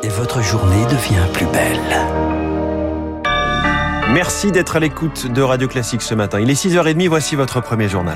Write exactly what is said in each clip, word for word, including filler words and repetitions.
et votre journée devient plus belle. Merci d'être à l'écoute de Radio Classique ce matin. Il est six heures trente, voici votre premier journal.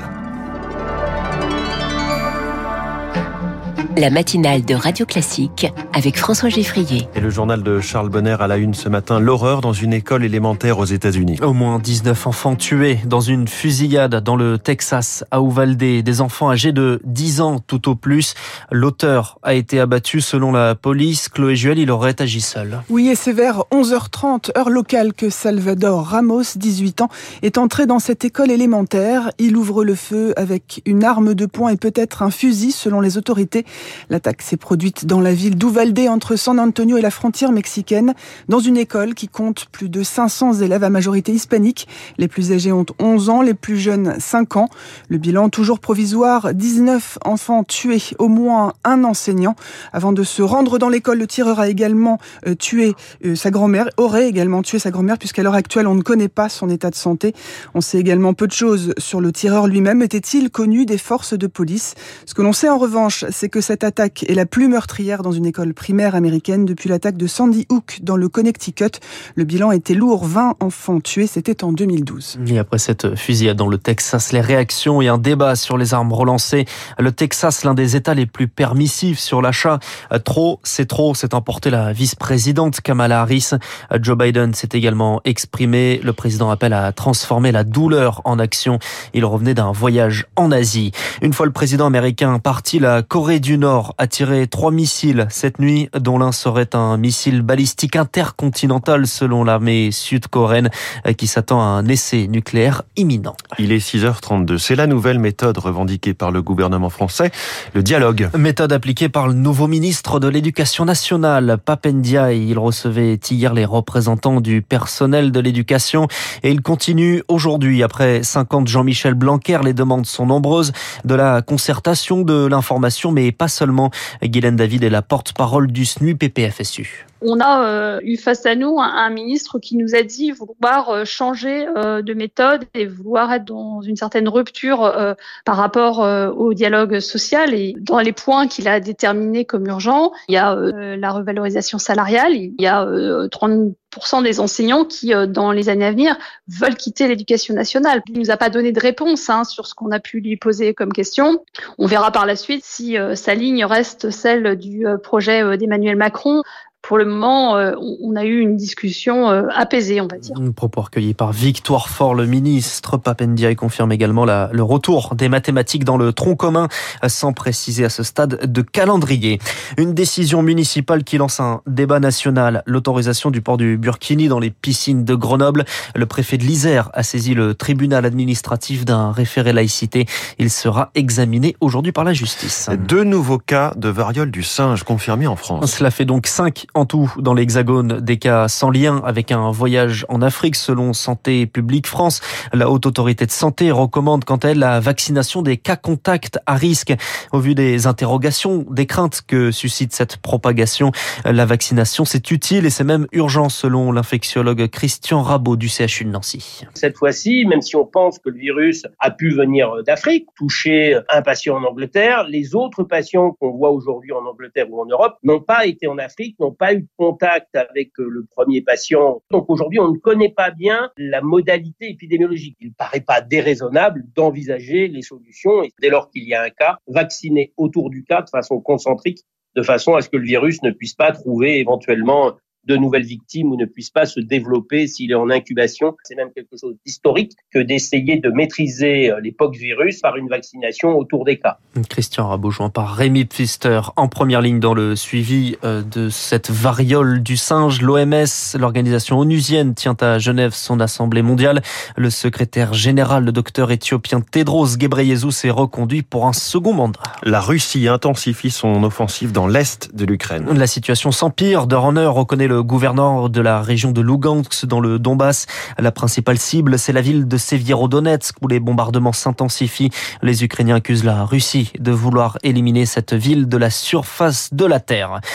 La matinale de Radio Classique avec François Geffrier. Et le journal de Charles Bonner à la une ce matin. L'horreur dans une école élémentaire aux États-Unis. Au moins dix-neuf enfants tués dans une fusillade dans le Texas à Uvalde. Des enfants âgés de dix ans tout au plus. L'auteur a été abattu selon la police. Chloé Juel, il aurait agi seul. Oui, et c'est vers onze heures trente, heure locale, que Salvador Ramos, dix-huit ans, est entré dans cette école élémentaire. Il ouvre le feu avec une arme de poing et peut-être un fusil selon les autorités. L'attaque s'est produite dans la ville d'Uvalde, entre San Antonio et la frontière mexicaine, dans une école qui compte plus de cinq cents élèves à majorité hispanique. Les plus âgés ont onze ans, les plus jeunes cinq ans. Le bilan toujours provisoire, dix-neuf enfants tués, au moins un enseignant. Avant de se rendre dans l'école, le tireur a également euh, tué euh, sa grand-mère, aurait également tué sa grand-mère, puisqu'à l'heure actuelle, on ne connaît pas son état de santé. On sait également peu de choses sur le tireur lui-même. Était-il connu des forces de police ? Ce que l'on sait en revanche, c'est que cette attaque est la plus meurtrière dans une école primaire américaine depuis l'attaque de Sandy Hook dans le Connecticut. Le bilan était lourd, vingt enfants tués, c'était en deux mille douze. Et après cette fusillade dans le Texas, les réactions et un débat sur les armes relancées. Le Texas, l'un des États les plus permissifs sur l'achat. Trop, c'est trop, s'est emporté la vice-présidente Kamala Harris. Joe Biden s'est également exprimé. Le président appelle à transformer la douleur en action. Il revenait d'un voyage en Asie. Une fois le président américain parti, la Corée du Nord a tiré trois missiles cette nuit, dont l'un serait un missile balistique intercontinental selon l'armée sud-coréenne qui s'attend à un essai nucléaire imminent. Il est six heures trente-deux. C'est la nouvelle méthode revendiquée par le gouvernement français, le dialogue. Méthode appliquée par le nouveau ministre de l'Éducation nationale, Pape Ndiaye. Il recevait hier les représentants du personnel de l'éducation et il continue aujourd'hui. Après cinq ans de Jean-Michel Blanquer, les demandes sont nombreuses, de la concertation, de l'information, mais pas seulement. Guylaine David est la porte-parole du S N U P P F S U. On a euh, eu face à nous un, un ministre qui nous a dit vouloir euh, changer euh, de méthode et vouloir être dans une certaine rupture euh, par rapport euh, au dialogue social. Et dans les points qu'il a déterminés comme urgents, il y a euh, la revalorisation salariale, il y a euh, trente pour cent des enseignants qui, euh, dans les années à venir, veulent quitter l'éducation nationale. Il nous a pas donné de réponse hein, sur ce qu'on a pu lui poser comme question. On verra par la suite si euh, sa ligne reste celle du euh, projet euh, d'Emmanuel Macron. Pour le moment, euh, on a eu une discussion euh, apaisée, on va dire. Un propos recueilli par Victoire Fort, le ministre. Pape Ndiaye confirme également la, le retour des mathématiques dans le tronc commun, sans préciser à ce stade de calendrier. Une décision municipale qui lance un débat national. L'autorisation du port du burkini dans les piscines de Grenoble. Le préfet de l'Isère a saisi le tribunal administratif d'un référé laïcité. Il sera examiné aujourd'hui par la justice. Deux nouveaux cas de variole du singe confirmés en France. Cela fait donc cinq en tout dans l'Hexagone, des cas sans lien avec un voyage en Afrique selon Santé publique France. La Haute Autorité de Santé recommande quant à elle la vaccination des cas contacts à risque. Au vu des interrogations, des craintes que suscite cette propagation, la vaccination c'est utile et c'est même urgent selon l'infectiologue Christian Rabot du C H U de Nancy. Cette fois-ci, même si on pense que le virus a pu venir d'Afrique, toucher un patient en Angleterre, les autres patients qu'on voit aujourd'hui en Angleterre ou en Europe n'ont pas été en Afrique, n'ont pas eu de contact avec le premier patient. Donc aujourd'hui, on ne connaît pas bien la modalité épidémiologique. Il ne paraît pas déraisonnable d'envisager les solutions et dès lors qu'il y a un cas, vacciner autour du cas de façon concentrique, de façon à ce que le virus ne puisse pas trouver éventuellement de nouvelles victimes ou ne puisse pas se développer s'il est en incubation. C'est même quelque chose d'historique que d'essayer de maîtriser les pox-virus par une vaccination autour des cas. Christian Rabot joint par Rémi Pfister en première ligne dans le suivi de cette variole du singe. L'O M S, l'organisation onusienne, tient à Genève son assemblée mondiale. Le secrétaire général, le docteur éthiopien Tedros Ghebreyesus, est reconduit pour un second mandat. La Russie intensifie son offensive dans l'est de l'Ukraine. La situation s'empire d'heure en heure, reconnaît le gouverneur de la région de Lugansk dans le Donbass. La principale cible, c'est la ville de Sévierodonetsk où les bombardements s'intensifient. Les Ukrainiens accusent la Russie de vouloir éliminer cette ville de la surface de la terre.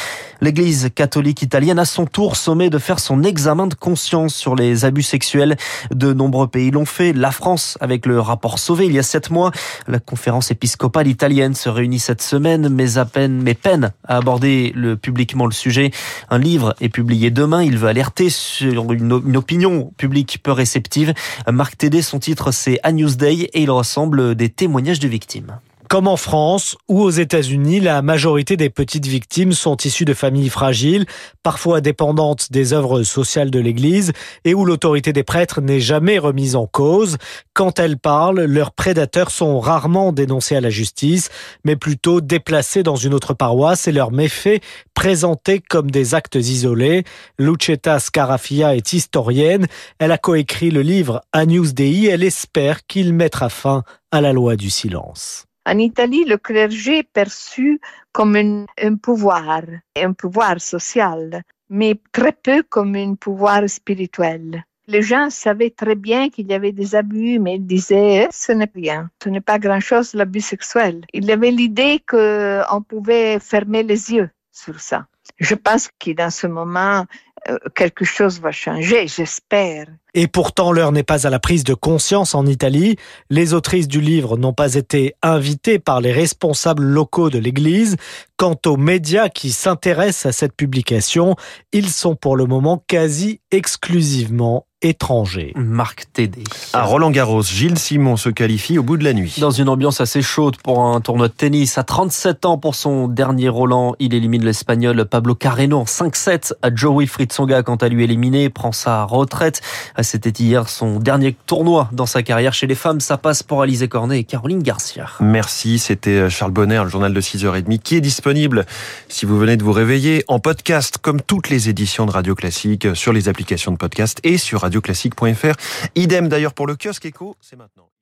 L'Église catholique italienne, à son tour, sommet de faire son examen de conscience sur les abus sexuels. De nombreux pays l'ont fait. La France, avec le rapport Sauvé il y a sept mois. La conférence épiscopale italienne se réunit cette semaine, mais à peine, mais peine à aborder le, publiquement le sujet. Un livre est publié demain. Il veut alerter sur une, une opinion publique peu réceptive. Marc Tédé, son titre, c'est A Newsday et il ressemble des témoignages de victimes. Comme en France ou aux États-Unis, la majorité des petites victimes sont issues de familles fragiles, parfois dépendantes des œuvres sociales de l'Église et où l'autorité des prêtres n'est jamais remise en cause. Quand elles parlent, leurs prédateurs sont rarement dénoncés à la justice, mais plutôt déplacés dans une autre paroisse et leurs méfaits présentés comme des actes isolés. Lucetta Scarafia est historienne. Elle a coécrit le livre Agnus Dei. Elle espère qu'il mettra fin à la loi du silence. En Italie, le clergé est perçu comme un, un pouvoir, un pouvoir social, mais très peu comme un pouvoir spirituel. Les gens savaient très bien qu'il y avait des abus, mais ils disaient « ce n'est rien, ce n'est pas grand-chose l'abus sexuel ». Il y avait l'idée qu'on pouvait fermer les yeux sur ça. Je pense que dans ce moment, quelque chose va changer, j'espère. Et pourtant, l'heure n'est pas à la prise de conscience en Italie. Les autrices du livre n'ont pas été invitées par les responsables locaux de l'Église. Quant aux médias qui s'intéressent à cette publication, ils sont pour le moment quasi exclusivement étrangers. Marc Tédé. À Roland-Garros, Gilles Simon se qualifie au bout de la nuit. Dans une ambiance assez chaude pour un tournoi de tennis. À trente-sept ans pour son dernier Roland, il élimine l'Espagnol Pablo Carreño en cinq sept. Joe Wilfried Tsonga, quant à lui éliminé, prend sa retraite. C'était hier son dernier tournoi dans sa carrière chez les femmes. Ça passe pour Alizé Cornet et Caroline Garcia. Merci, c'était Charles Bonner, le journal de six heures trente, qui est disponible, si vous venez de vous réveiller, en podcast, comme toutes les éditions de Radio Classique, sur les applications de podcast et sur radio classique point f r. Idem d'ailleurs pour le kiosque Écho, c'est maintenant.